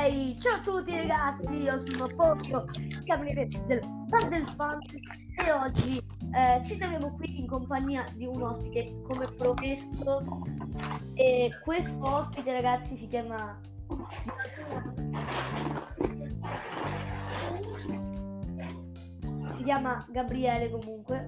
Ciao a tutti ragazzi, io sono Poggio, cameriere del Bundle Fantasy e oggi ci troviamo qui in compagnia di un ospite come promesso e questo ospite ragazzi si chiama Gabriele comunque.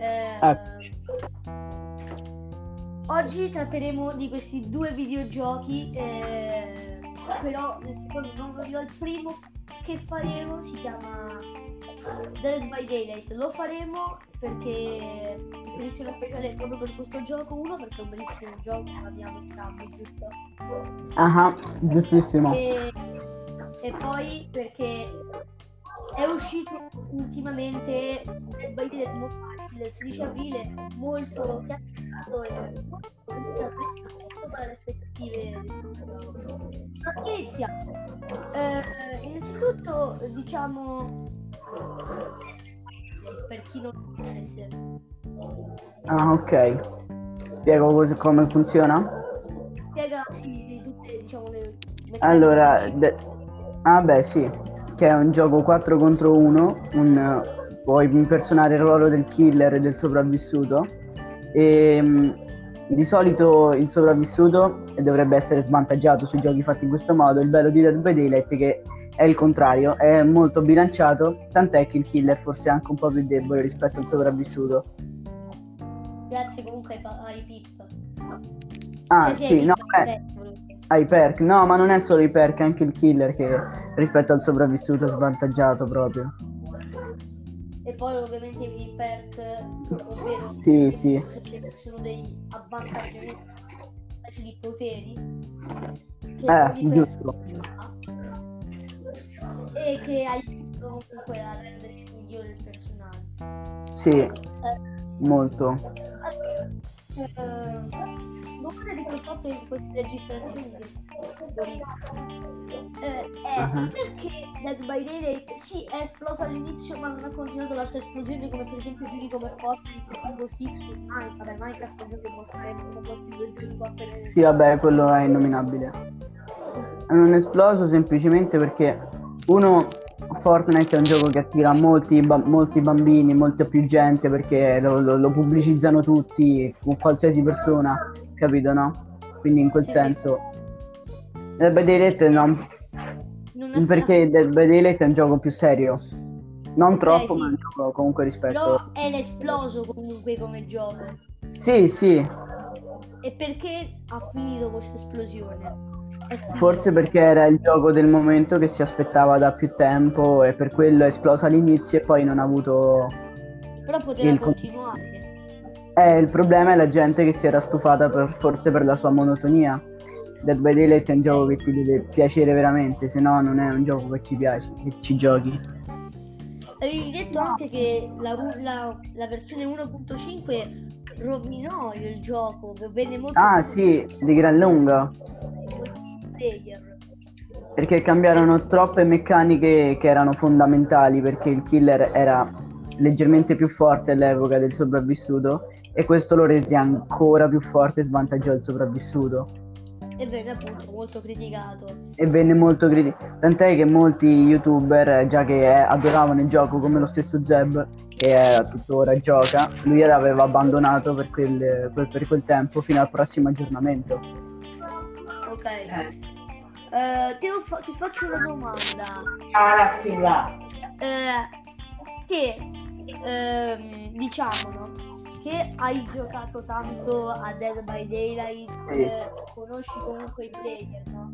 Oggi tratteremo di questi due videogiochi, però nel secondo non lo dirò. Il primo che faremo si chiama Dead by Daylight. Lo faremo perché edizione speciale proprio per questo gioco. Uno perché è un bellissimo gioco, l'abbiamo entrambi, giusto? Giustissimo. E poi perché è uscito ultimamente Dead by Daylight Mobile il 16 aprile, molto chiacchierato e molto apprezzato per le aspettative. Iniziamo. Innanzitutto diciamo per chi non lo conoscesse. Ok. Spiego come funziona? Spiega tutte diciamo le Allora, sì, che è un gioco 4 contro 1, puoi impersonare il ruolo del killer e del sopravvissuto e di solito il sopravvissuto dovrebbe essere svantaggiato sui giochi fatti in questo modo. Il bello di Dead by Daylight è che è il contrario, è molto bilanciato, tant'è che il killer forse è anche un po' più debole rispetto al sopravvissuto. Grazie comunque ai pip. Ai perk, no, ma non è solo i perk, è anche il killer che rispetto al sopravvissuto è svantaggiato proprio. E poi ovviamente i perk, ovvero sì. che sono dei avvantaggi, specie di poteri giusto, e che aiutano comunque a rendere migliore il personaggio. Sì, molto. Non credo che ho fatto in queste registrazioni perché Dead by Daylight sì è esploso all'inizio ma non ha continuato la sua esplosione come per esempio giochi come Fortnite, Rainbow Six, Minecraft è un gioco molto sì vabbè, quello è innominabile. Non è esploso semplicemente perché Fortnite è un gioco che attira molti bambini, molta più gente perché lo pubblicizzano tutti, con qualsiasi persona, capito, no? Quindi in quel senso Dead by Daylight perché Dead by Daylight è un gioco più serio, non troppo, ma è un gioco comunque rispetto. Però è esploso comunque come gioco. Sì. E perché ha finito questa esplosione? Forse perché era il gioco del momento che si aspettava da più tempo e per quello è esploso all'inizio e poi non ha avuto. Però poteva continuare. Il problema è la gente che si era stufata forse per la sua monotonia. Dead by Daylight è un gioco che ti deve piacere veramente, se no non è un gioco che ci piace, che ci giochi. Avevi detto anche che la versione 1.5 rovinò il gioco, venne molto sì, di gran lunga. Perché cambiarono troppe meccaniche che erano fondamentali, perché il killer era leggermente più forte all'epoca del sopravvissuto e questo lo rese ancora più forte e svantaggiò il sopravvissuto. E venne appunto molto criticato. Tant'è che molti youtuber, già che adoravano il gioco, come lo stesso Zeb, che tuttora gioca, lui aveva abbandonato per quel tempo fino al prossimo aggiornamento. Ok. Ti faccio una domanda. Diciamo, no? Che hai giocato tanto a Dead by Daylight, conosci comunque i player, no?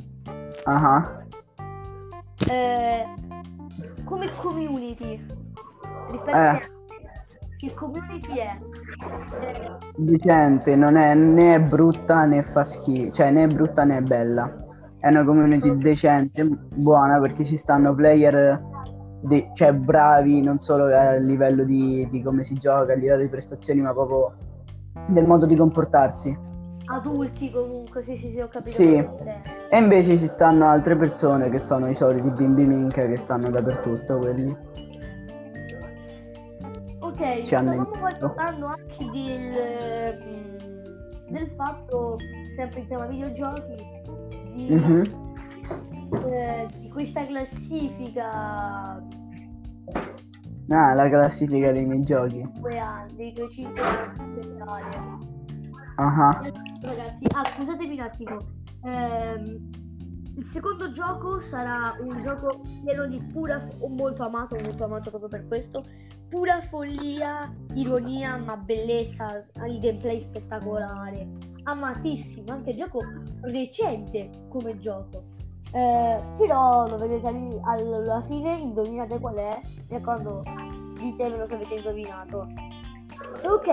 Come community rispetto a che community è? Decente, non è né brutta né fa schifo, cioè né brutta né bella. È una community decente, buona, perché ci stanno player cioè bravi non solo a livello di come si gioca, a livello di prestazioni, ma proprio del modo di comportarsi. Adulti comunque, sì, ho capito. Sì, e invece ci stanno altre persone che sono i soliti bimbi minchia che stanno dappertutto, quelli. Ok, stavamo parlando anche del fatto, sempre in tema videogiochi, di questa classifica La classifica dei miei giochi. 2 anni, dei tuoi 5 anni in generale. Ah, Ragazzi, scusatemi un attimo. Il secondo gioco sarà un gioco pieno di molto amato proprio per questo, pura follia, ironia, ma bellezza, il gameplay spettacolare, amatissimo, anche gioco recente come gioco. Però lo vedete lì alla fine, indovinate qual è, e quando ditemelo se avete indovinato. Ok,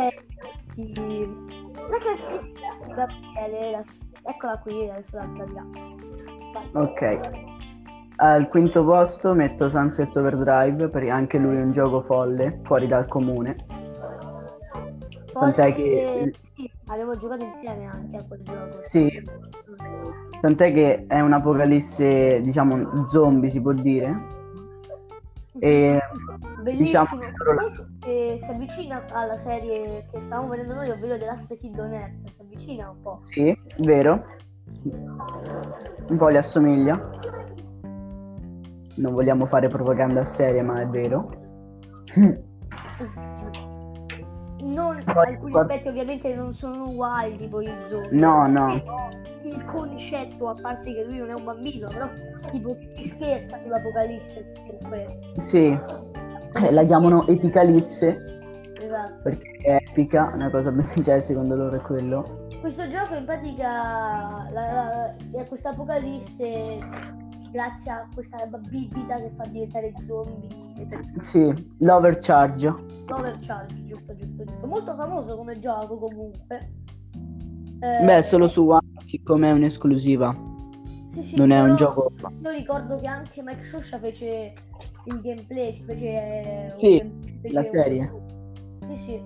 la classifica di Gabriele, eccola qui, adesso la tagliamo. ok. Al quinto posto metto Sunset Overdrive, perché anche lui è un gioco folle, fuori dal comune. Tant'è che... Sì, avevo giocato insieme anche a quel gioco. Sì, tant'è che è un'apocalisse, diciamo, zombie, si può dire. E Bellissimo, diciamo che si avvicina alla serie che stavamo vedendo noi, ovvero The Last Kid on Earth, si avvicina un po'. sì, vero. Un po' li assomiglia. Non vogliamo fare propaganda seria, ma è vero. Alcuni aspetti ovviamente non sono uguali, tipo il zombie. No. Il concetto, a parte che lui non è un bambino, però tipo si scherza sull'apocalisse. Sì, la chiamano Epicalisse. Esatto. Perché è epica, una cosa cioè secondo loro è quello. Questo gioco in pratica è questa apocalisse grazie a questa bibita che fa diventare zombie le persone. Sì, l'Overcharge. L'Overcharge, giusto. Molto famoso come gioco comunque. Beh, solo su One, siccome è un'esclusiva. Sì, non è un gioco. Io ricordo che anche Mike Shosha fece il gameplay, la serie. Sì.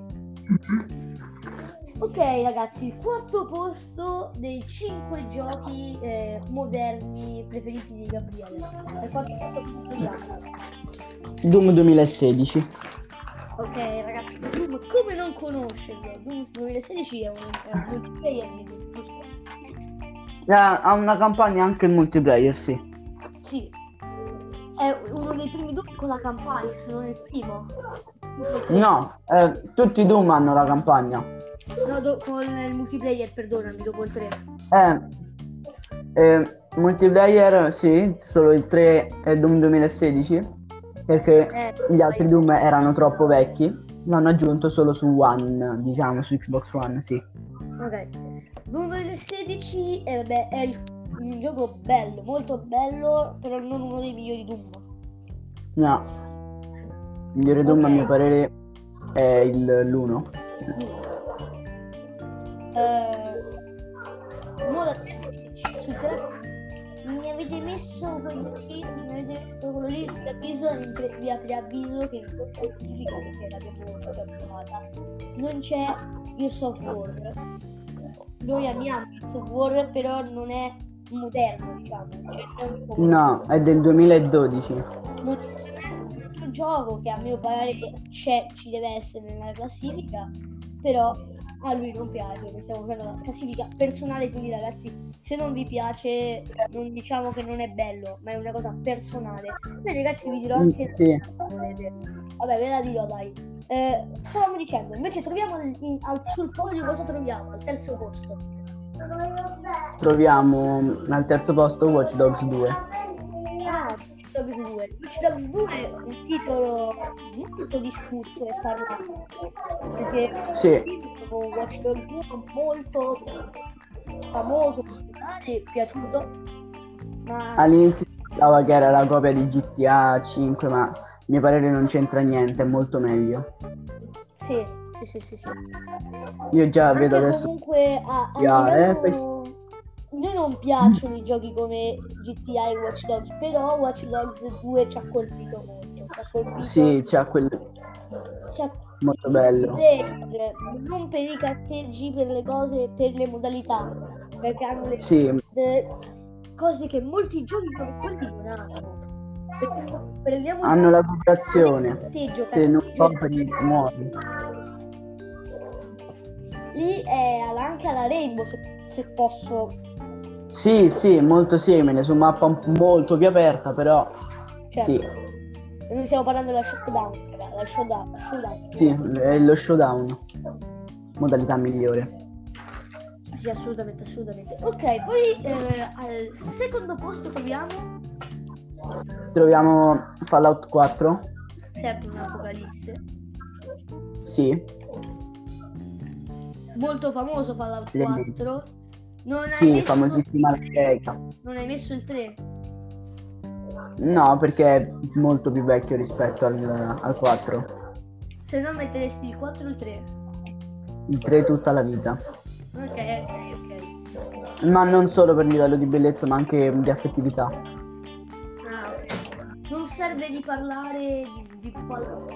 Ok ragazzi, il quarto posto dei 5 giochi moderni preferiti di Gabriele. Il quarto posto Doom 2016. Ok ragazzi, Doom come non conoscerlo? Doom 2016 è un multiplayer di Doom, giusto? Ha una campagna anche il multiplayer, sì. Sì, è uno dei primi Doom con la campagna, se non il primo. No, tutti i Doom hanno la campagna. No, con il multiplayer, perdonami, dopo il 3. Multiplayer, sì, solo il 3 è Doom 2016, perché gli altri Doom erano troppo vecchi. L'hanno aggiunto solo su One, diciamo, su Xbox One, sì. Ok. Doom 2016 è un gioco bello, molto bello, però non uno dei migliori Doom. No. Il migliore Doom a mio parere è l'1. Sul telefono mi avete messo quello lì, vi preavviso che in questa classifica, perché l'abbiamo provata, non c'è Gears of War. Noi amiamo Gears of War, però non è moderno, diciamo. No, è del 2012. Non è un altro gioco che a mio parere ci deve essere nella classifica, però a lui non piace, perché stiamo facendo la classifica personale, quindi ragazzi, se non vi piace non diciamo che non è bello, ma è una cosa personale. Poi ragazzi vi dirò anche vabbè, ve la dirò, dai. Stavamo dicendo, invece troviamo sul podio cosa troviamo al terzo posto? Troviamo al terzo posto Watch Dogs 2. Watch Dogs 2. Watch Dogs 2 è un titolo molto discusso e parlato, perché con Watch Dogs 2 è molto famoso, popolare, piaciuto, ma all'inizio si pensava che era la copia di GTA 5, ma a mio parere non c'entra niente, è molto meglio. Sì. Io già anche vedo adesso comunque a me non piacciono i giochi come GTA e Watch Dogs, però Watch Dogs 2 ci ha colpito molto. Sì, molto bello. Non per i carteggi, per le cose, per le modalità, perché hanno le cose che molti giochi come quelli non hanno. Hanno la vibrazione, se non compri muori. Lì è anche alla Rainbow, se posso Sì, sì, molto simile, su mappa molto più aperta, però Certo. sì, E noi stiamo parlando della showdown, raga, la showdown. sì, è lo showdown, modalità migliore. Sì, assolutamente, assolutamente. Ok, poi al secondo posto troviamo Troviamo Fallout 4, sempre un Apocalisse. sì, Molto famoso Fallout Le- 4. Non hai sì, messo famosissima la greca. Non hai messo il 3. No, perché è molto più vecchio rispetto al 4. Se no metteresti il 4 o il 3. Il 3 tutta la vita. Ok, ok. Ma non solo per livello di bellezza, ma anche di affettività. Ah, ok. Non serve di parlare di Fallout.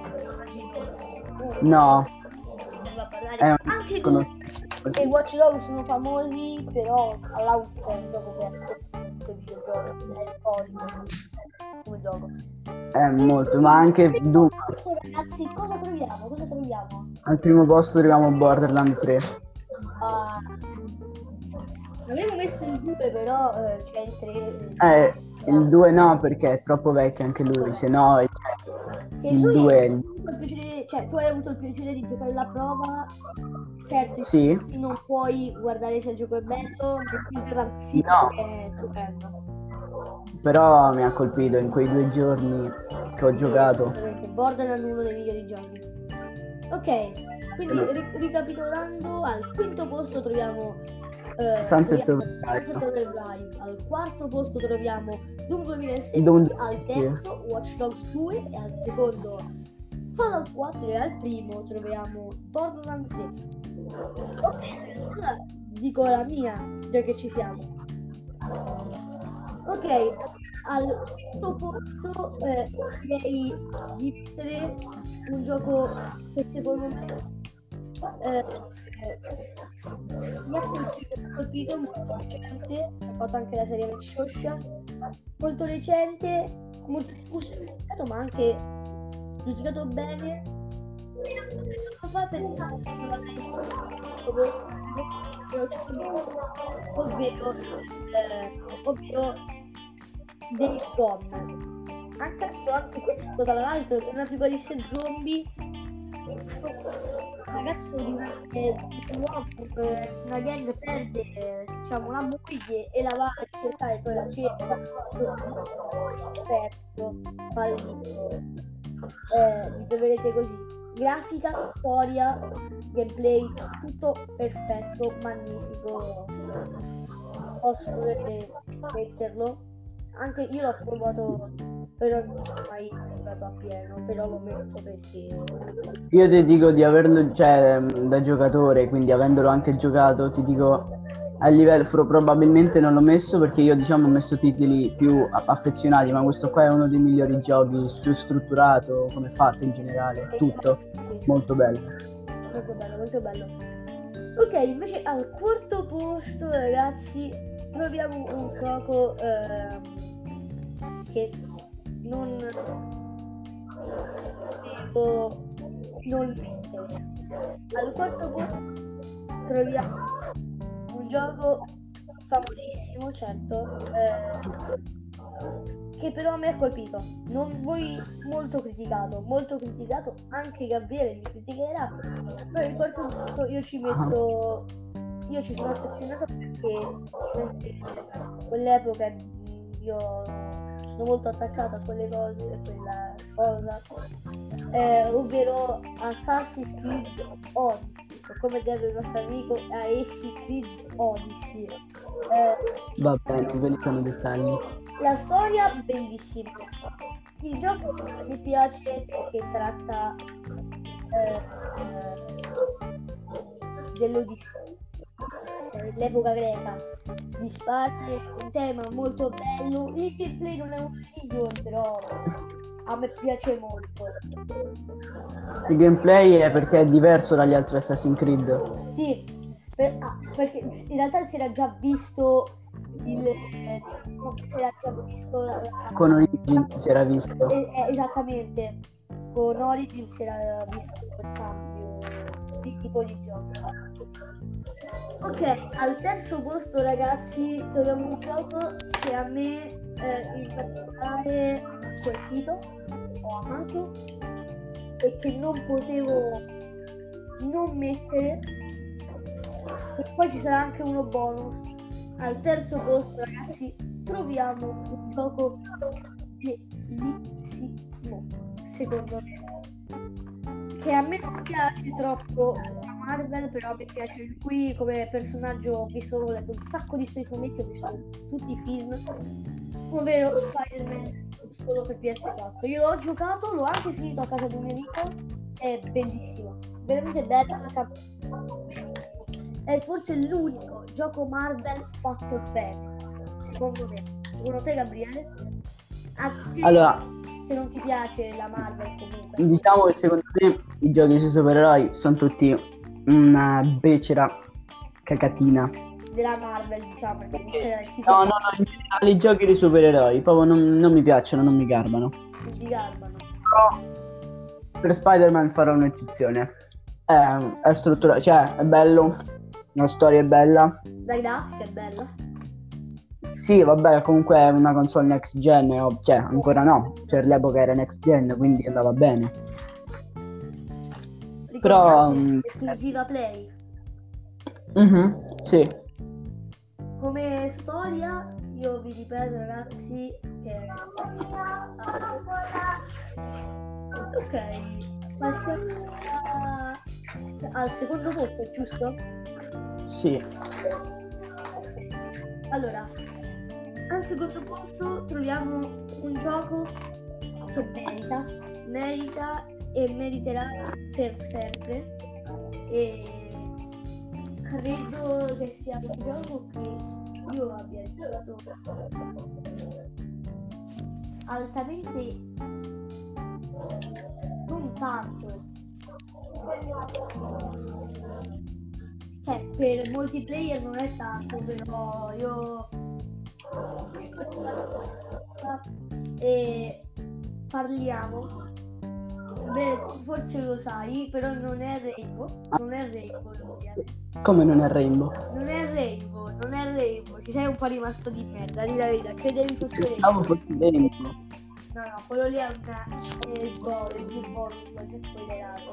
No, Serve a parlare è anche di conosciuto. e Watch Dogs sono famosi, però Fallout è un gioco che è videogioco, è storico come gioco. È molto, ma anche Doom. Ragazzi, cosa troviamo? Cosa troviamo? Al primo posto troviamo Borderlands 3. Ah, avremmo messo il 2, però c'è il 3. Il 2 no, perché è troppo vecchio anche lui, se no E il lui 2 è ha avuto il piacere, cioè tu hai avuto il piacere di giocare la prova, certo Sì, non puoi guardare se il gioco è bello, ma sì, no, è stupendo. però mi ha colpito in quei 2 giorni che ho giocato. Veramente, Borderlands è uno dei migliori giochi. Ok, quindi ricapitolando, al quinto posto troviamo Sunset Sunset Overdrive. Overdrive, al quarto posto troviamo Doom 2007, Doom al terzo Watch Dogs 2 e al secondo Fallout 4 e al primo troviamo Borderlands 3. Ok, allora dico la mia, già che ci siamo. Ok, al quinto posto direi di mettere un gioco che secondo me mi ha colpito molto recente, ho fatto anche la serie Match Shosha, molto recente, molto discusso, ma anche giudicato bene. Non fa pensare che non avrei ovvero Days Gone. Anche questo, tra l'altro, è un apocalisse zombie. Un ragazzo di una gang perde diciamo la moglie e la va a cercare, poi la cerca, perso, fallito. Vi troverete così: grafica, storia, gameplay, tutto perfetto, magnifico. Posso metterlo? Anche io l'ho provato, però non ho mai giocato appieno, però lo metto perché Io ti dico di averlo, cioè, da giocatore, quindi avendolo anche giocato, ti dico a livello, probabilmente non l'ho messo perché io diciamo ho messo titoli più affezionati, ma questo qua è uno dei migliori giochi, più strutturato, come è fatto in generale, tutto, molto bello. Molto bello, molto bello. Ok, invece al quarto posto, ragazzi, troviamo un gioco che non mettere. Al quarto posto troviamo un gioco famosissimo, certo, che però a me ha colpito. Non voi molto criticato, anche Gabriele mi criticherà, però il quarto posto io ci metto. Io ci sono affezionato perché quell'epoca io sono molto attaccata a quelle cose, a quella cosa, ovvero Assassin's Creed Odyssey, o come direbbe il nostro amico Assassin's Creed Odyssey. Va bene, non ve ne sono dettagli. La storia bellissima. Il gioco mi piace perché tratta dell'Odissea, dell'epoca greca, di Sparta, un tema molto bello. Il gameplay non è uno dei migliori, però a me piace molto. Il gameplay è perché è diverso dagli altri Assassin's Creed. Sì, perché in realtà si era già visto Con Origins si era visto. Esattamente, con Origins si era visto il cambio di tipo di gioco. Ok, al terzo posto ragazzi troviamo un gioco che a me in particolare ha colpito, ho amato e che non potevo non mettere. E poi ci sarà anche uno bonus. Al terzo posto ragazzi troviamo un gioco bellissimo, secondo me, che a me non piace troppo la Marvel, però mi piace lui come personaggio. Ho letto un sacco di suoi fumetti, ho visto tutti i film, ovvero Spider-Man solo per PS4. Io l'ho giocato, l'ho anche finito a casa di un mio amico, è bellissimo, veramente bella. È forse l'unico gioco Marvel fatto bene, secondo me. Secondo te, Gabriele? A te, Allora, se non ti piace la Marvel comunque. diciamo che secondo me i giochi sui supereroi sono tutti una becera cacatina. Della Marvel, diciamo, perché No, in generale i giochi dei supereroi proprio non mi piacciono, non mi garbano. non ti garbano. Però per Spider-Man farò un'eccezione. È strutturato, cioè è bello, la storia è bella. La grafica è bella. Sì, vabbè, comunque è una console next gen, cioè ancora no, per l'epoca era next gen, quindi andava bene. Però esclusiva Play. sì. Come storia io vi ripeto ragazzi che ok, passiamo al secondo posto, giusto? Sì. Allora, al secondo posto troviamo un gioco che merita e meriterà per sempre, e credo che sia un gioco che io abbia giocato altamente, non tanto, cioè per multiplayer non è tanto, però io e parliamo. Beh, forse lo sai, però non è Rainbow, Come non è Rainbow? non è Rainbow, ci sei un po' rimasto di merda, di la verità, credevi fosse Pensavo Rainbow. fosse Rainbow. No, quello lì è il bonus, l'ho già spoilerato.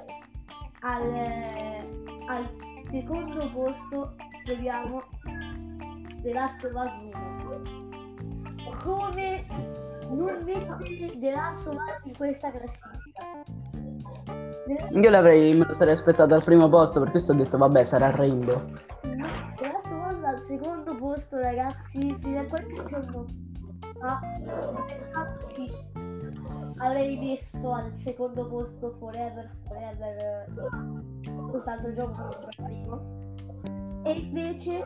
Al secondo posto troviamo The Last of Us 1. Come non mettere The Last of Us in questa classifica? Io me lo sarei aspettato al primo posto, per questo ho detto vabbè sarà Rainbow. The Last of Us al secondo posto ragazzi, fino a qualche giorno fa infatti avrei messo al secondo posto Forever quest'altro gioco che è primo, e invece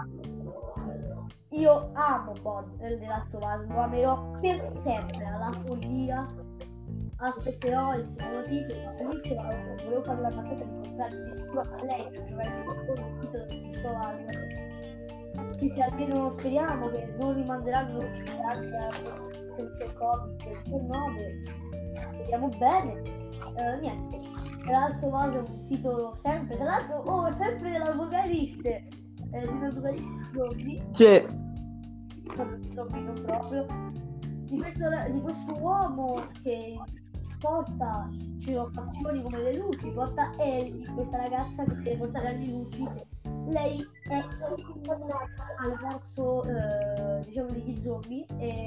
io amo The Last of Us, lo amerò per sempre alla follia. Aspetterò il secondo titolo, all'inizio volevo fare la mazzata di comprare il titolo a lei per giocare il titolo di Last of Us, che se almeno speriamo che non rimanderanno anche perché Covid-19, speriamo bene. Niente, tra l'altro vado un titolo sempre, tra l'altro sempre dell'Apocalisse, zombie. Sì. Zombie non proprio, di questo uomo che porta passioni come le luci, porta Ellie, questa ragazza che deve portare alle luci. Lei è al verso diciamo degli zombie,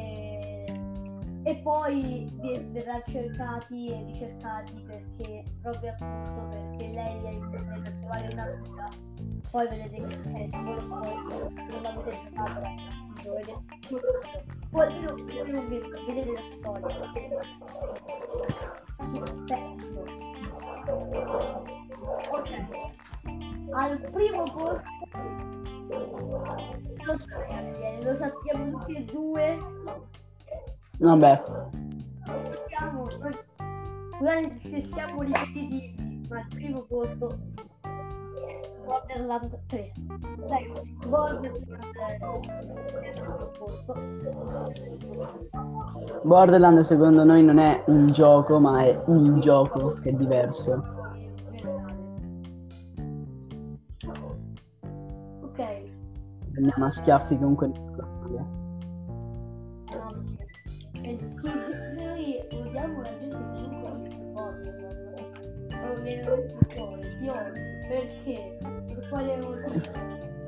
e poi verrà cercati e ricercati perché proprio appunto perché lei è per trovare una cura. Poi vedete che non lo spoiler, non l'avete giocato ragazzi, volevo vedere la storia. Ok, al primo posto lo sappiamo tutti e due. Vabbè. Scusate se siamo ripetitivi, ma al primo posto Borderlands 3. Ragazzi, Borderlands secondo noi non è un gioco, ma è un gioco che è diverso. Andiamo a schiaffi con quel microfono. Noi odiamo la gente che non conosce Borderlands. Proprio viene detto fuori, io perché? Per quale motivo?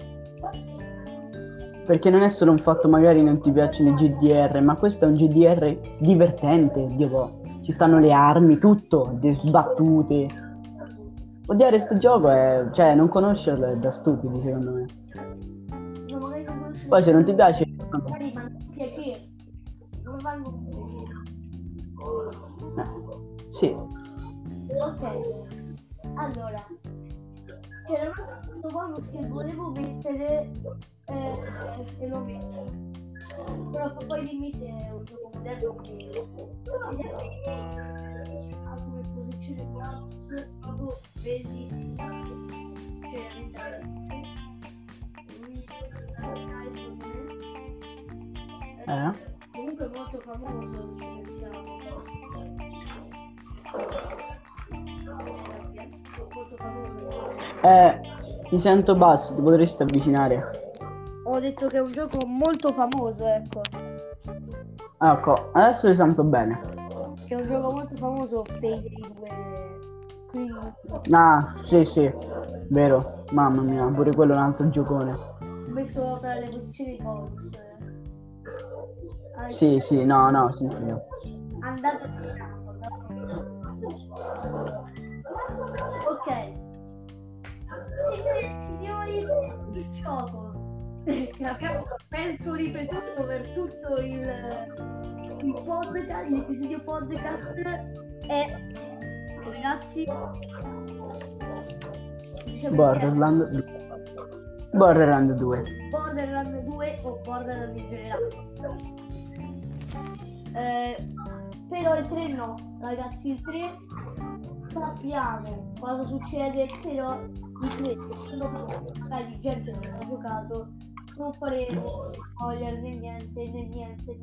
Perché non è solo un fatto, magari non ti piacciono i GDR, ma questo è un GDR divertente, Dio. Ci stanno le armi, tutto, le sbattute. Odiare sto gioco è, cioè, non conoscerlo è da stupidi, secondo me. Ma magari non conosce. Poi se non ti piace, magari ma non piacere. Non vanno un piacere. sì. Ok. Allora. C'era un altro bonus che volevo mettere e lo metto. Però poi dimmi se è un gioco moderno che ha come posizione bonus proprio bellissima. Cioè veramente comunque molto famoso se pensiamo. Molto famoso. Ti sento basso, ti potresti avvicinare. Ho detto che è un gioco molto famoso, ecco. Ecco, adesso ti sento bene. Che è un gioco molto famoso Payday 2. Quindi Ah, sì, vero. Mamma mia, pure quello è un altro giocone. ho messo tra le posizioni bonus. Sì, no, senti. Andato di campo. Ok. Signori, il gioco che abbiamo penso ripetuto per tutto il podcast, l'episodio podcast è, ragazzi, diciamo Borderlands 2. Borderlands 2 o Borderlands in generale. Però il 3 no, ragazzi, il 3 sappiamo cosa succede, però il 3 magari gente non ha giocato, non faremo spoiler né niente.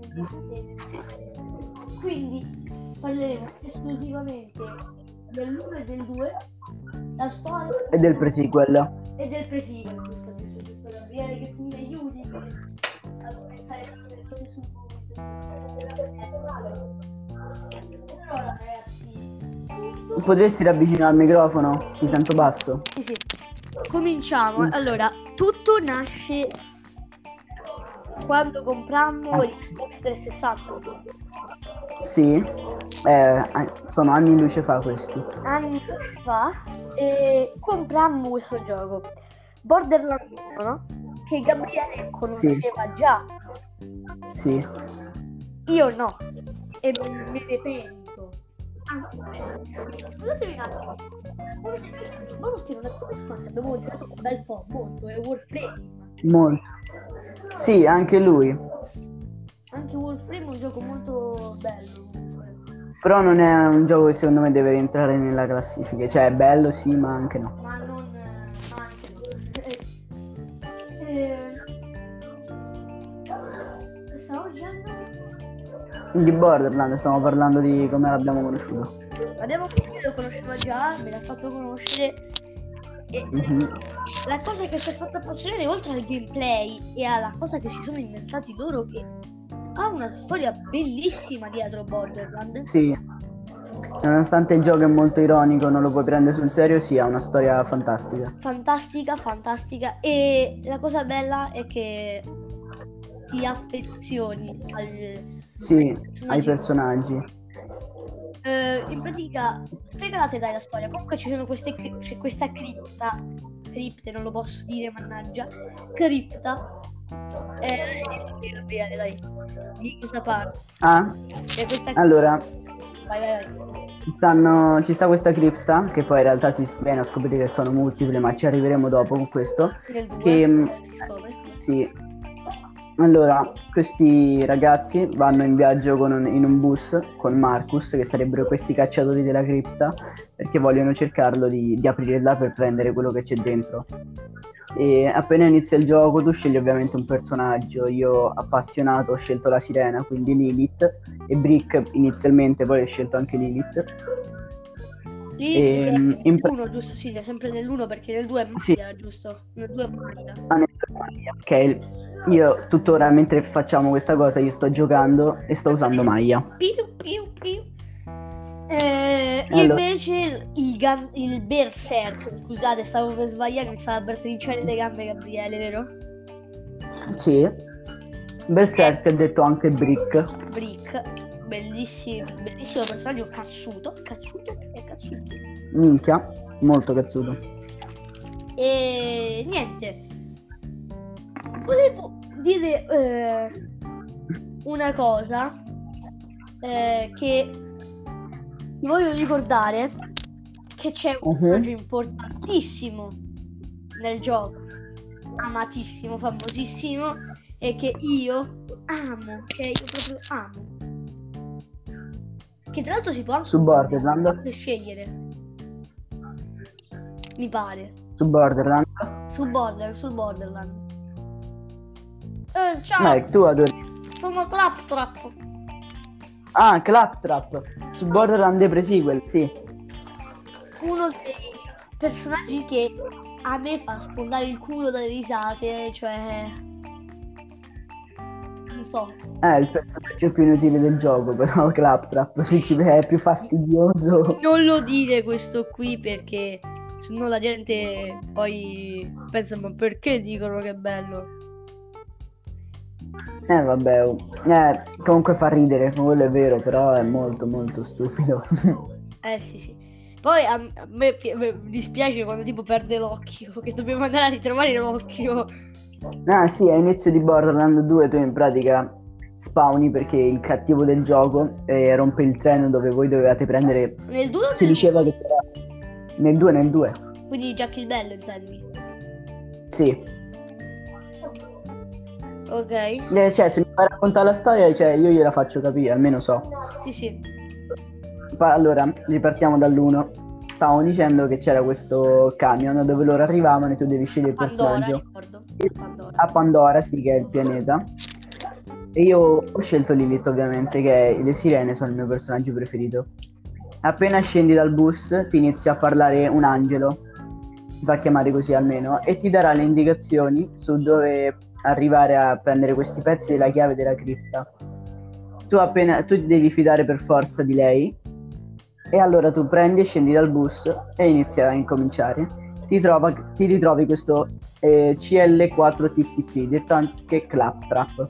Quindi parleremo esclusivamente dell'1 e del 2, la storia E del pre-sequel. e del pre-sequel, giusto, Gabriele, che tu mi aiuti a pensare le cose su però ragazzi, Potresti ravvicinare al microfono? Ti sento basso. sì. Cominciamo. Allora, tutto nasce quando comprammo l'Xbox 360. Sì, sono anni luce fa questi. Anni fa e comprammo questo gioco Borderlands 1, no? Che Gabriele conosceva già. Sì. Io no, e me ne pento. Scusatemi un attimo. Bonus che non è costante, abbiamo giocato un bel po', molto, è Warframe. Molto. Sì, anche lui. Anche Warframe è un gioco molto bello. Però non è un gioco che secondo me deve rientrare nella classifica. Cioè è bello sì, ma anche no. Ma non anche stavo dicendo Di Borderlands stiamo parlando di come l'abbiamo conosciuto. l'abbiamo conosciuto, lo conoscevo già, me l'ha fatto conoscere e la cosa che ci ha fatto appassionare, oltre al gameplay e alla cosa che si sono inventati loro, che ha una storia bellissima dietro Borderlands. Sì, nonostante il gioco è molto ironico, non lo puoi prendere sul serio, sì, ha una storia fantastica. Fantastica, e la cosa bella è che ti affezioni ai personaggi. In pratica, spiegate dai la storia. Comunque ci sono c'è questa cripte, non lo posso dire, mannaggia, cripta. Gabriele, dai, di cosa parla? Allora, vai. ci sta questa cripta, che poi in realtà si viene a scoprire che sono multiple, ma ci arriveremo dopo con questo. Nel 2, che sì. Allora, questi ragazzi vanno in viaggio in un bus con Marcus, che sarebbero questi cacciatori della cripta, perché vogliono cercarlo di aprirla per prendere quello che c'è dentro. E appena inizia il gioco tu scegli ovviamente un personaggio. Io appassionato ho scelto la sirena, quindi Lilith, e Brick inizialmente, poi ho scelto anche Lilith. Nell'1, giusto? Sì, è sempre nell'1 perché nel 2 è Maya, giusto? Nel 2 è Maya. Nel Maya, ok? Io tuttora mentre facciamo questa cosa io sto giocando e sto usando Maya. Piu, piu, piu. Allora. Invece il Berserk, scusate, stavo per sbagliare, mi stava per trinciare le gambe Gabriele, vero? Sì. Berserk è detto anche Brick. Brick, bellissimo personaggio, cazzuto. Minchia, molto cazzuto. E niente, volevo dire una cosa che ti voglio ricordare, che c'è un personaggio importantissimo nel gioco, amatissimo, famosissimo, e che io amo, cioè io proprio amo, che tra l'altro si può anche su Borderland scegliere, mi pare. Su Borderland. Sul Borderland. Ciao, Tu adori. sono Claptrap. Ah, Claptrap. Su Borderland The Pre-Sequel, sì. Uno dei personaggi che a me fa sfondare il culo dalle risate, cioè non so. È il personaggio più inutile del gioco, però Claptrap è più fastidioso. Non lo dire questo qui, perché sennò la gente poi pensa, ma perché dicono che è bello? Vabbè, comunque fa ridere, quello è vero, però è molto molto stupido. Sì. Poi a me dispiace quando tipo perde l'occhio, che dobbiamo andare a ritrovare l'occhio. Ah sì, all'inizio di Borderland 2 tu in pratica spawni perché il cattivo del gioco rompe il treno dove voi dovevate prendere. Nel 2 si diceva che era nel 2. Quindi Jack il Bello, intendi? Sì. Ok. Cioè, se mi fai raccontare la storia, cioè, io gliela faccio capire, almeno so. Sì. Allora, ripartiamo dall'1. Stavamo dicendo che c'era questo camion dove loro arrivavano e tu devi scegliere il personaggio. Ricordo. A Pandora, sì, che è il pianeta. E io ho scelto Lilith, ovviamente, che le sirene sono il mio personaggio preferito. Appena scendi dal bus ti inizia a parlare un angelo, ti fa chiamare così almeno, e ti darà le indicazioni su dove arrivare a prendere questi pezzi della chiave della cripta. Tu ti devi fidare per forza di lei, e allora tu prendi e scendi dal bus e inizi a incominciare. Ti ritrovi questo CL4TTP, detto anche Claptrap.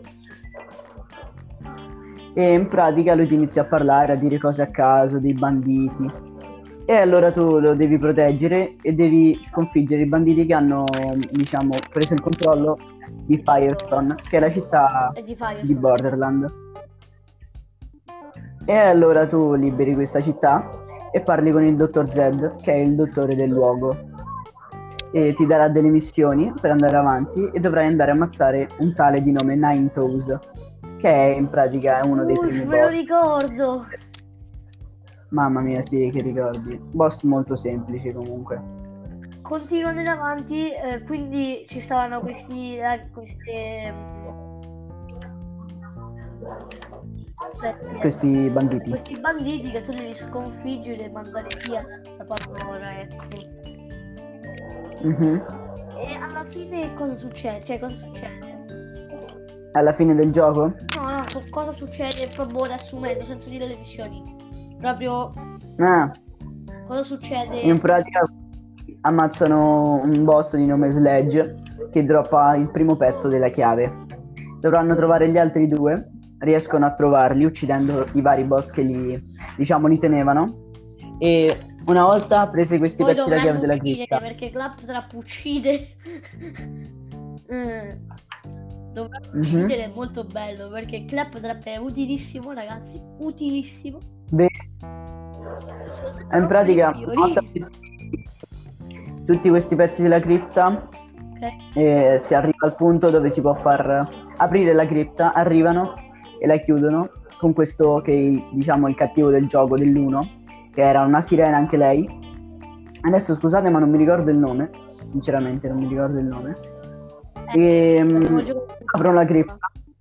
E in pratica lui ti inizia a parlare, a dire cose a caso, dei banditi. E allora tu lo devi proteggere e devi sconfiggere i banditi che hanno, diciamo, preso il controllo di Firestone, che è la città di Borderland. E allora tu liberi questa città e parli con il dottor Zed, che è il dottore del luogo, e ti darà delle missioni per andare avanti e dovrai andare a ammazzare un tale di nome Ninetales, che è in pratica uno dei primi boss. Me lo ricordo. Mamma mia, sì, che ricordi. Boss molto semplici comunque. Continuano in avanti, quindi ci stavano questi banditi. Questi banditi che tu devi sconfiggere e mandare via da Pandora, ecco. E alla fine cosa succede? Cioè, cosa succede? Alla fine del gioco? No, cosa succede proprio riassumendo, senza dire le missioni. Proprio cosa succede? In pratica ammazzano un boss di nome Sledge che droppa il primo pezzo della chiave. Dovranno trovare gli altri due, riescono a trovarli uccidendo i vari boss che li tenevano, e una volta presi questi pezzi della chiave della cripta, perché Claptrap uccide dovranno uccidere, è molto bello perché Claptrap è utilissimo, ragazzi, utilissimo. In pratica tutti questi pezzi della cripta, si arriva al punto dove si può far aprire la cripta, arrivano e la chiudono con questo che diciamo il cattivo del gioco dell'1, che era una sirena anche lei. Adesso scusate ma non mi ricordo il nome, sinceramente non mi ricordo il nome. Aprono la cripta,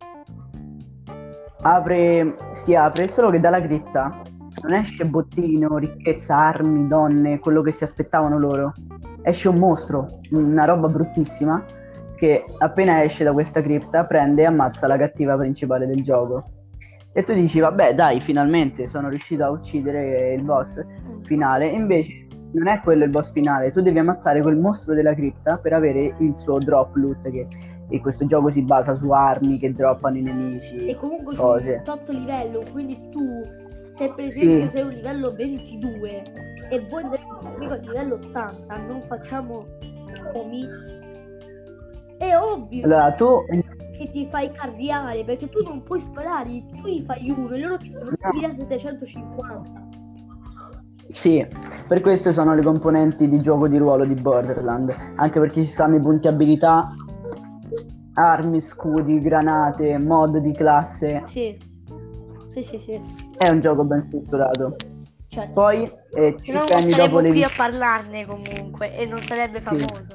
si apre, solo che dalla cripta non esce bottino, ricchezza, armi, donne, quello che si aspettavano loro. Esce un mostro, una roba bruttissima, che appena esce da questa cripta prende e ammazza la cattiva principale del gioco. E tu dici, vabbè, dai, finalmente sono riuscito a uccidere il boss finale. Invece non è quello il boss finale, tu devi ammazzare quel mostro della cripta per avere il suo drop loot, che in questo gioco si basa su armi che droppano i nemici, E comunque cose. su un tot livello, quindi tu, se per esempio Sì. sei un livello 22 e vuoi andare a livello 80, non facciamo nomi, è ovvio Allora, tu... che ti fai cardiare, perché tu non puoi sparare, tu gli fai uno e loro ti fanno 1750. Sì, per questo sono le componenti di gioco di ruolo di Borderland, anche perché ci stanno i punti abilità, armi, scudi, granate, mod di classe. Sì. Sì. È un gioco ben strutturato. Certo. Poi, Se no 5 non anni dopo saremmo le qui a vicende... parlarne comunque e non sarebbe famoso.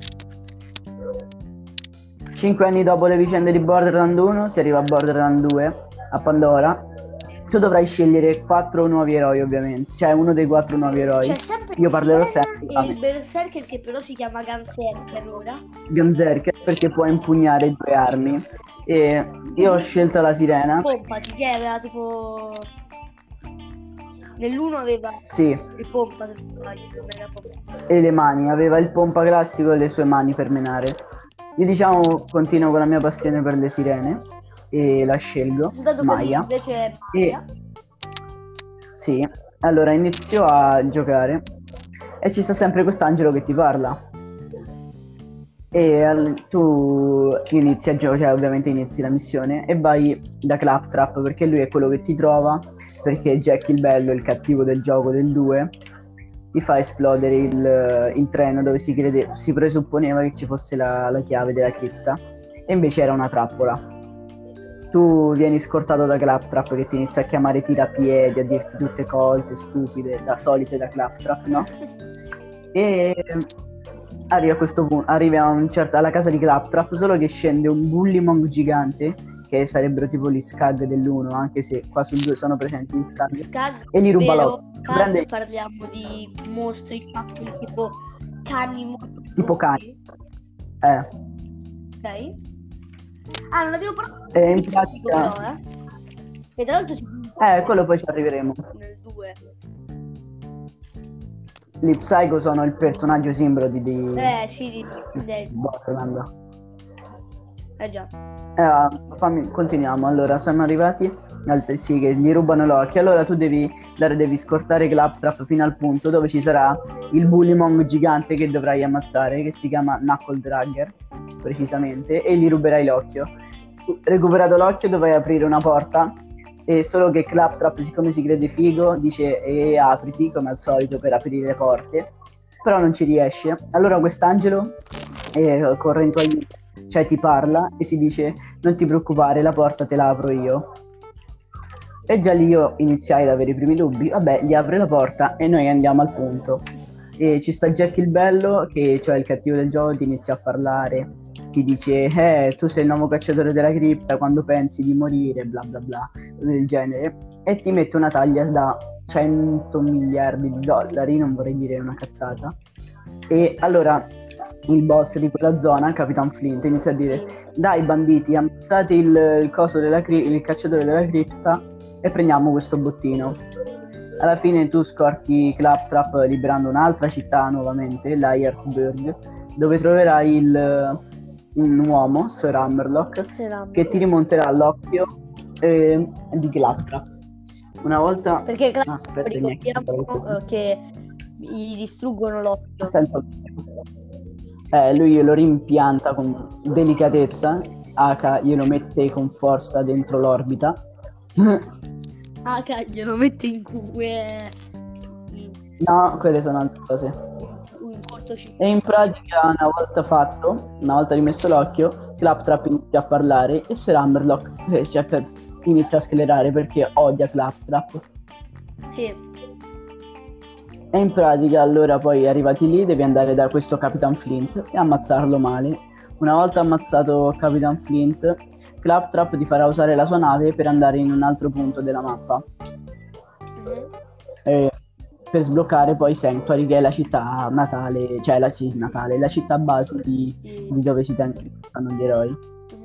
5 anni dopo le vicende di Borderland 1 si arriva a Borderland 2, a Pandora. Tu dovrai scegliere 4 nuovi eroi, ovviamente, cioè uno dei 4 nuovi eroi. C'è sempre Io parlerò Sirena sempre e il Berserker, che però si chiama Gunser per ora. Gunzerker, perché può impugnare 2 armi. E io ho scelto la sirena. Pompa, che era tipo... Nell'1 aveva Sì, il pompa, se non sbaglio, non era pompa. e le mani, aveva il pompa classico e le sue mani per menare. Io diciamo continuo con la mia passione per le sirene e la scelgo, Soldato Maya. invece è E Maya. sì, allora inizio a giocare e ci sta sempre quest'angelo che ti parla. E tu inizi a giocare, cioè ovviamente inizi la missione e vai da Claptrap, perché lui è quello che ti trova, perché Jack il bello, il cattivo del gioco del 2, ti fa esplodere il treno dove si presupponeva che ci fosse la chiave della cripta, e invece era una trappola. Tu vieni scortato da Claptrap, che ti inizia a chiamare tirapiedi, a dirti tutte cose stupide, da solite da Claptrap, no? E arrivi a questo punto, alla casa di Claptrap, solo che scende un Bullymong gigante, che sarebbero tipo gli Skag dell'1, anche se qua sul 2 sono presenti gli Skag, Skag, e li ruba ovvero l'occhio. Skag, Prende parliamo di mostri fatti tipo cani molto tipo cani. Ok. Ah, non avevo parlato E in di Psico pratica... però, e tra l'altro quello poi ci arriveremo. nel 2. Gli Psycho sono il personaggio simbolo di Sì, di Borderland. già. Continuiamo. Allora, siamo arrivati sì, che gli rubano l'occhio. Allora tu devi scortare Claptrap fino al punto dove ci sarà il Bullymong gigante che dovrai ammazzare, che si chiama Knuckle Dragger, precisamente, e gli ruberai l'occhio. Recuperato l'occhio dovrai aprire una porta, e solo che Claptrap, siccome si crede figo, dice apriti, come al solito, per aprire le porte, però non ci riesce. Allora quest'angelo corre in tua aiuto, cioè ti parla e ti dice: non ti preoccupare, la porta te la apro io. E già lì io iniziai ad avere i primi dubbi. Vabbè, gli apre la porta e noi andiamo al punto. E ci sta Jack il bello, che cioè il cattivo del gioco, ti inizia a parlare, ti dice: tu sei il nuovo cacciatore della cripta, quando pensi di morire, bla bla bla, del genere, e ti mette una taglia da 100 miliardi di dollari, non vorrei dire una cazzata. E allora il boss di quella zona, Capitan Flint, inizia a dire: dai banditi, ammazzate il cacciatore della cripta e prendiamo questo bottino. Alla fine tu scorti Claptrap liberando un'altra città nuovamente, Liarsburg, dove troverai un uomo, Sir Hammerlock, che ti rimonterà l'occhio di Claptrap. Una volta... Perché Aspetta, ricordiamo che gli distruggono l'occhio. Lui lo rimpianta con delicatezza, glielo mette con forza dentro l'orbita. Glielo mette in No, quelle sono altre cose. E in pratica, una volta rimesso l'occhio, Claptrap inizia a parlare e Sir Hammerlock inizia a sclerare perché odia Claptrap. Sì. E in pratica, allora, poi arrivati lì, devi andare da questo Capitan Flint e ammazzarlo male. Una volta ammazzato Capitan Flint, Claptrap ti farà usare la sua nave per andare in un altro punto della mappa. per sbloccare poi Sanctuary, che è la città natale, cioè la città base di dove si stanno gli eroi.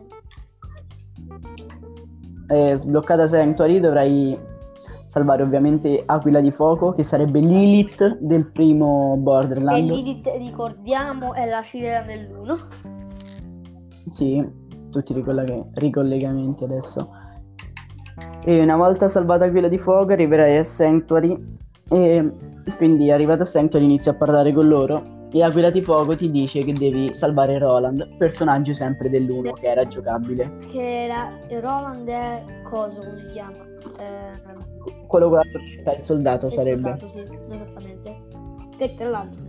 Sbloccata Sanctuary dovrai salvare ovviamente Aquila di Fuoco, che sarebbe Lilith del primo E Borderland. Lilith, ricordiamo, è la sirena dell'1. Sì, tutti ricollegamenti adesso. E una volta salvata Aquila di Fuoco arriverai a Sanctuary, e quindi arrivato a Sanctuary inizi a parlare con loro, e Aquila di Fuoco ti dice che devi salvare Roland, personaggio sempre dell'1 che era giocabile. Che era Roland è coso, come si chiama? Quello con la torretta, il soldato sarebbe. Soldato, sì, esattamente. Che tra l'altro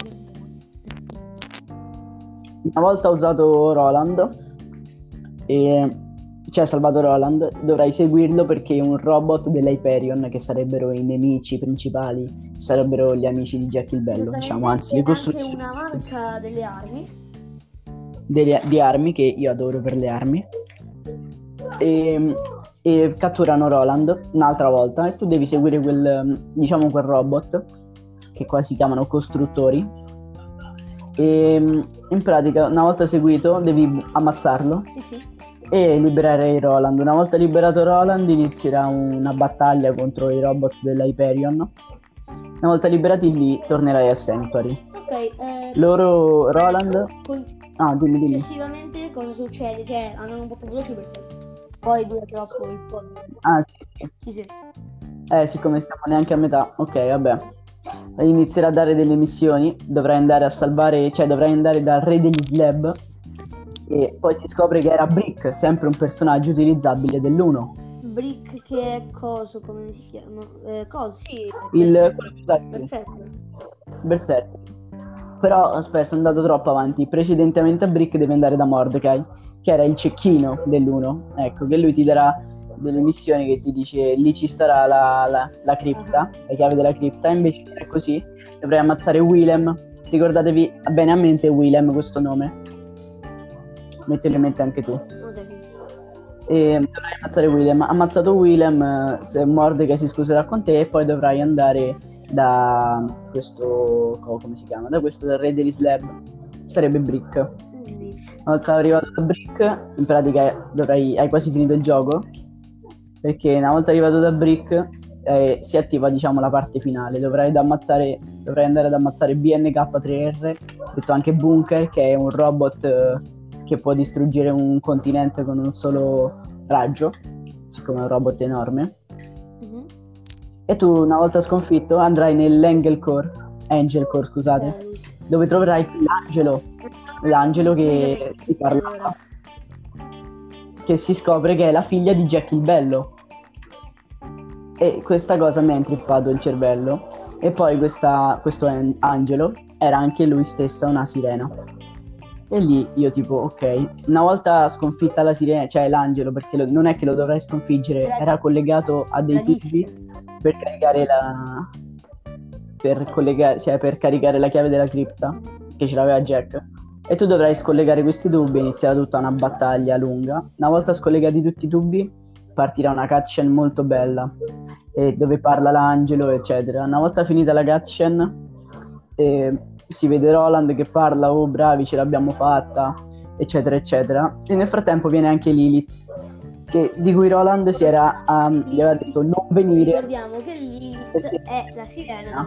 Una volta usato Roland, cioè salvato Roland, dovrai seguirlo perché un robot dell'Hyperion, che sarebbero i nemici principali, sarebbero gli amici di Jack il Bello, diciamo, anzi le costruzioni. Anche una marca delle armi. Di armi, che io adoro per le armi, e catturano Roland un'altra volta, e tu devi seguire quel robot, che qua si chiamano costruttori, e in pratica una volta seguito devi ammazzarlo Sì. e liberare Roland. Una volta liberato Roland inizierà una battaglia contro i robot dell'Hyperion. Una volta liberati lì tornerai a Sanctuary. Ok, Roland... dimmi. successivamente cosa succede? Cioè, andano un po' più veloci perché poi dura troppo il fondo. Sì. Siccome stiamo neanche a metà, ok, vabbè. Inizierà a dare delle missioni, dovrai andare a salvare, cioè dovrai andare dal re degli slab, e poi si scopre che era Brick, sempre un personaggio utilizzabile dell'1. Brick, che è coso, come si chiama? Sì. Berserk. Però aspetta, sono andato troppo avanti. Precedentemente a Brick devi andare da Mordecai, che era il cecchino dell'1. Ecco, che lui ti darà delle missioni, che ti dice lì ci sarà la cripta, la chiave della cripta. Invece non è così, dovrai ammazzare Willem. Ricordatevi bene a mente Willem, questo nome, mettilo in mente anche tu. E dovrai ammazzare Willem. Ammazzato Willem, se Mordecai si scuserà con te, e poi dovrai andare da questo, come si chiama? Da questo del re degli slab, sarebbe Brick. Una volta arrivato da Brick, in pratica hai quasi finito il gioco, perché una volta arrivato da Brick si attiva, diciamo, la parte finale. Dovrai andare ad ammazzare BNK3R, detto anche Bunker, che è un robot che può distruggere un continente con un solo raggio, siccome è un robot enorme. E tu, una volta sconfitto, andrai nell'Angel Core, dove troverai l'angelo che ti parlava, che si scopre che è la figlia di Jack il Bello. E questa cosa mi ha intrippato il cervello. E poi questo angelo era anche lui stessa una sirena. E lì io tipo, ok, una volta sconfitta la sirena, cioè l'angelo, perché non è che lo dovrai sconfiggere, era collegato a dei tubi per caricare per caricare la chiave della cripta, che ce l'aveva Jack. E tu dovrai scollegare questi tubi, e inizierà tutta una battaglia lunga. Una volta scollegati tutti i tubi, partirà una cutscene molto bella, dove parla l'angelo, eccetera. Una volta finita la cutscene, si vede Roland che parla, oh bravi, ce l'abbiamo fatta, eccetera eccetera. E nel frattempo viene anche Lilith, di cui Roland gli aveva detto non venire. Ricordiamo che Lilith è la sirena.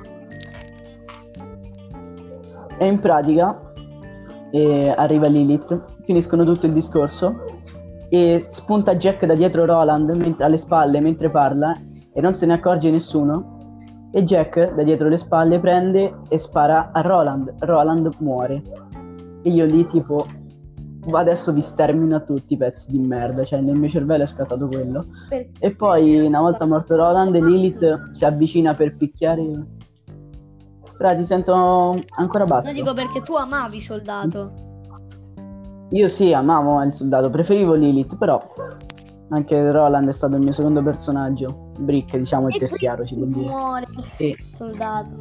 E in pratica arriva Lilith, finiscono tutto il discorso e spunta Jack da dietro Roland alle spalle mentre parla, e non se ne accorge nessuno. E Jack da dietro le spalle prende e spara a Roland muore. E io lì tipo, adesso vi stermino a tutti, pezzi di merda, cioè nel mio cervello è scattato quello. E poi una volta morto Roland, Lilith si avvicina per picchiare. Però ti sento ancora basso. Lo dico perché tu amavi Soldato. Io sì, amavo il soldato, preferivo Lilith, però anche Roland è stato il mio secondo personaggio. Brick, diciamo, il terziario, si può dire. Muore Soldato,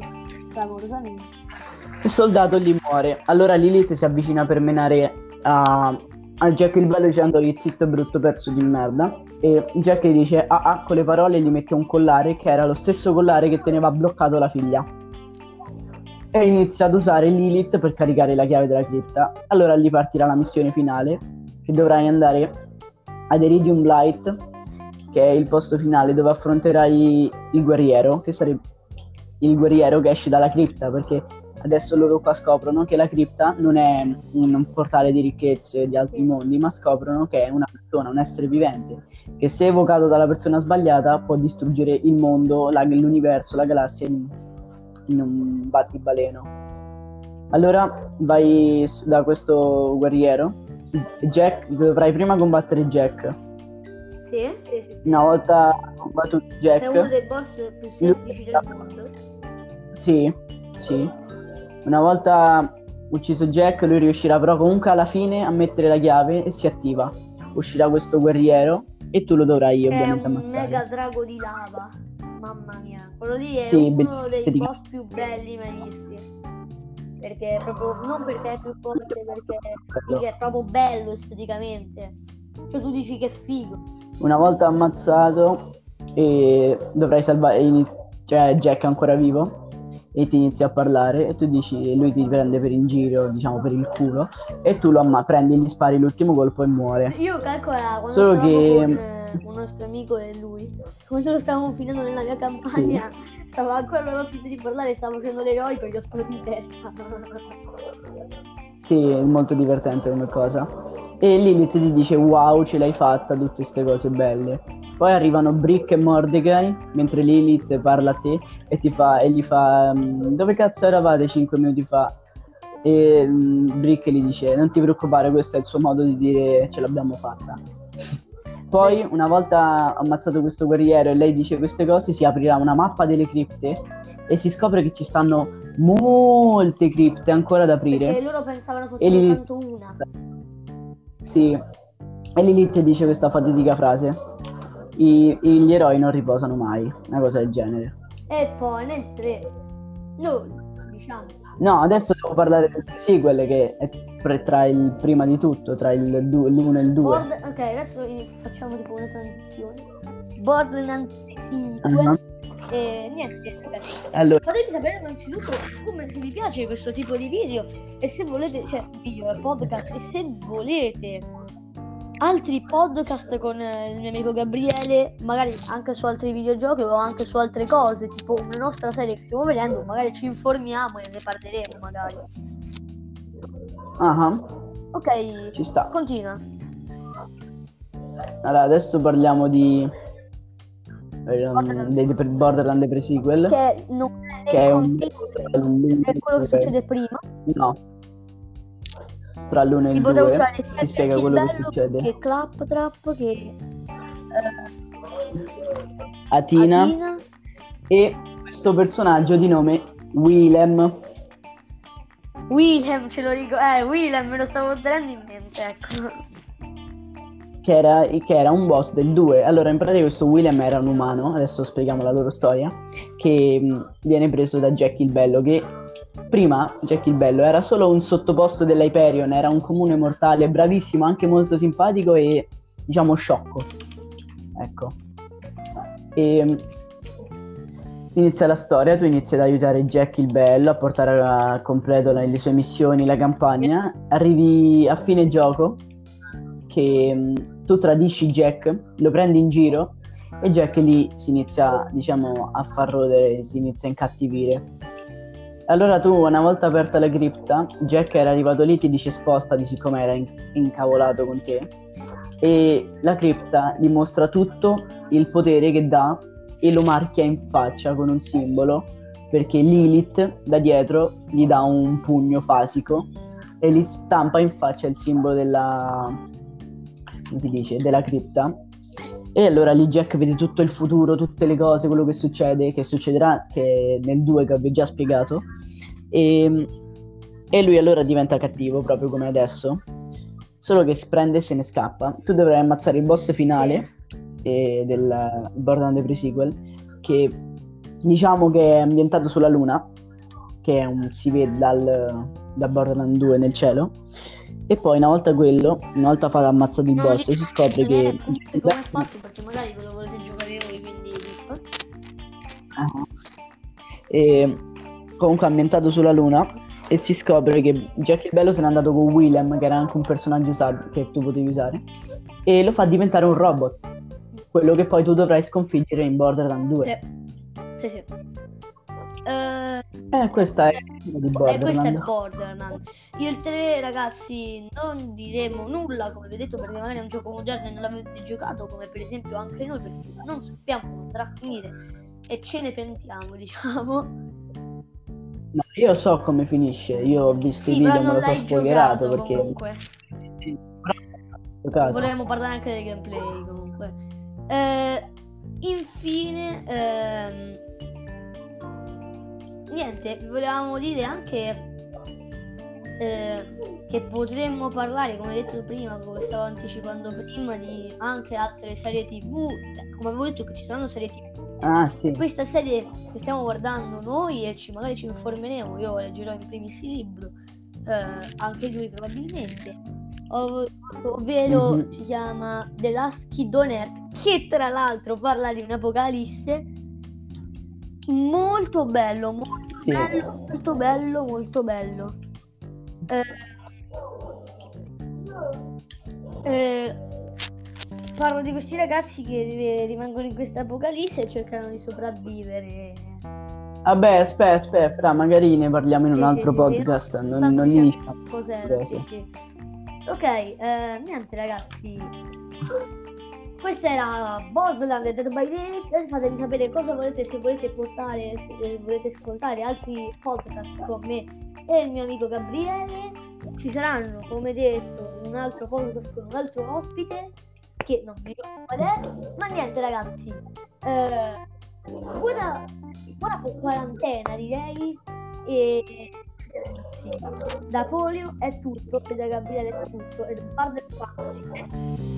clamorosamente. Il soldato lì muore. Allora Lilith si avvicina per menare a a Jack il bello dicendo lì zitto brutto pezzo di merda, e Jack gli dice con le parole gli mette un collare che era lo stesso collare che teneva bloccato la figlia, e inizia ad usare Lilith per caricare la chiave della cripta. Allora gli partirà la missione finale, che dovrai andare ad Iridium Light, che è il posto finale dove affronterai il guerriero, che sarebbe il guerriero che esce dalla cripta, perché adesso loro qua scoprono che la cripta non è un portale di ricchezze di altri mondi, ma scoprono che è una persona, un essere vivente, che se evocato dalla persona sbagliata può distruggere il mondo, l'universo, la galassia in un battibaleno. Allora vai da questo guerriero. Jack, dovrai prima combattere Jack. Sì. Una volta combattuto Jack, è uno dei boss più semplici del mondo. Sì. Una volta ucciso Jack, lui riuscirà però comunque alla fine a mettere la chiave e si attiva. Uscirà questo guerriero e tu lo dovrai ovviamente ammazzare. È un mega drago di lava. Mamma mia, quello lì è sì, uno dei boss più belli mai visti. Perché proprio, non perché è più forte, perché è proprio bello esteticamente. Cioè tu dici che è figo. Una volta ammazzato dovrai salvare, cioè Jack è ancora vivo e ti inizia a parlare e tu dici, lui ti prende per in giro, diciamo per il culo, e tu lo prendi, gli spari l'ultimo colpo e muore. Io calcolo quando solo che con un nostro amico e lui, quando lo stavamo finendo nella mia campagna, stavo ancora aveva finito di parlare, stavo facendo l'eroico e gli ho sparato in testa. Sì, è molto divertente come cosa. E Lilith ti dice wow, ce l'hai fatta, tutte queste cose belle. Poi arrivano Brick e Mordecai, mentre Lilith parla a te e gli fa dove cazzo eravate 5 minuti fa? E Brick gli dice non ti preoccupare, questo è il suo modo di dire ce l'abbiamo fatta. Poi una volta ammazzato questo guerriero e lei dice queste cose, si aprirà una mappa delle cripte e si scopre che ci stanno molte cripte ancora da aprire. E loro pensavano fosse soltanto una. Sì, e Lilith dice questa fatidica frase: gli eroi non riposano mai, una cosa del genere. E poi nel 3 noi diciamo no, adesso devo parlare del sequel, che è tra il prima di tutto, tra l'1 e il 2. Ok, adesso facciamo tipo una transizione. Borderlands sequel. E niente, allora, fatemi sapere innanzitutto come, se vi piace questo tipo di video e se volete, cioè video e podcast, e se volete altri podcast con il mio amico Gabriele, magari anche su altri videogiochi o anche su altre cose, tipo una nostra serie che stiamo vedendo, magari ci informiamo e ne parleremo magari. Ok, ci sta. Continua. Allora, adesso parliamo di Borderlands pre-sequel, che è un è quello che succede prima. No, tra l'1 e il 2 ti spiega quello che succede, che Claptrap, che Athena e questo personaggio di nome Willem, ce lo dico, Willem me lo stavo tenendo in mente, ecco. Che era un boss del 2. Allora, in pratica questo Willem era un umano, adesso spieghiamo la loro storia, che viene preso da Jack il Bello, che prima Jack il Bello era solo un sottoposto dell'Hyperion, era un comune mortale, bravissimo, anche molto simpatico e, diciamo, sciocco. Ecco. E inizia la storia, tu inizi ad aiutare Jack il Bello a portare a completo le sue missioni, la campagna, arrivi a fine gioco che tu tradisci Jack, lo prendi in giro e Jack lì si inizia, diciamo, a far rodere, si inizia a incattivire. Allora tu, una volta aperta la cripta, Jack era arrivato lì, ti dice spostati siccome era incavolato con te, e la cripta gli mostra tutto il potere che dà e lo marchia in faccia con un simbolo, perché Lilith da dietro gli dà un pugno fasico e gli stampa in faccia il simbolo della cripta. E allora lì Jack vede tutto il futuro, tutte le cose, quello che succede, che succederà, che nel 2 che vi ho già spiegato, e lui allora diventa cattivo proprio come adesso, solo che si prende e se ne scappa. Tu dovrai ammazzare il boss finale del Borderlands pre-sequel, che diciamo che è ambientato sulla luna, che si vede da Borderlands 2 nel cielo, E poi una volta fatto ammazzato il Non boss, si scopre che appunto come è fatto, perché magari ve lo volete giocare voi, quindi e comunque ambientato sulla Luna, e si scopre che Jack il Bello se n'è andato con Willem, che era anche un personaggio che tu potevi usare, e lo fa diventare un robot, quello che poi tu dovrai sconfiggere in Borderlands 2. sì. Questa è di Questo è Borderlands. Borderlands. Io e il te, ragazzi, non diremo nulla, come vi ho detto, perché magari è un gioco moderno e non l'avete giocato, come per esempio anche noi, perché non sappiamo come andrà a finire e ce ne pentiamo, diciamo. No, io so come finisce, io ho visto i video, me lo so spoilerato perché comunque. Sì, giocato. Vorremmo parlare anche del gameplay comunque. Infine, niente, vi volevamo dire anche che potremmo parlare, come detto prima, come stavo anticipando prima, di anche altre serie TV. Come avevo detto che ci saranno serie TV. Ah, sì. Questa serie che stiamo guardando noi e magari ci informeremo, io leggerò in primis il libro, anche lui probabilmente, ovvero si chiama The Last Kid on Earth, che tra l'altro parla di un'apocalisse molto bello, molto bello. Parlo di questi ragazzi che rimangono in questa apocalisse e cercano di sopravvivere. Vabbè, aspetta, magari ne parliamo in un altro podcast. Sì. Non iniziamo. Cos'era? Sì. Ok, niente ragazzi. Questa era Borderlands Dead by Daylight. Fatemi sapere cosa volete, se volete portare, se volete ascoltare altri podcast con me e il mio amico Gabriele. Ci saranno, come detto, un altro podcast con un altro ospite che non mi ricordo qual è, ma niente ragazzi, buona quarantena direi, e sì, da Polio è tutto e da Gabriele è tutto, e da parte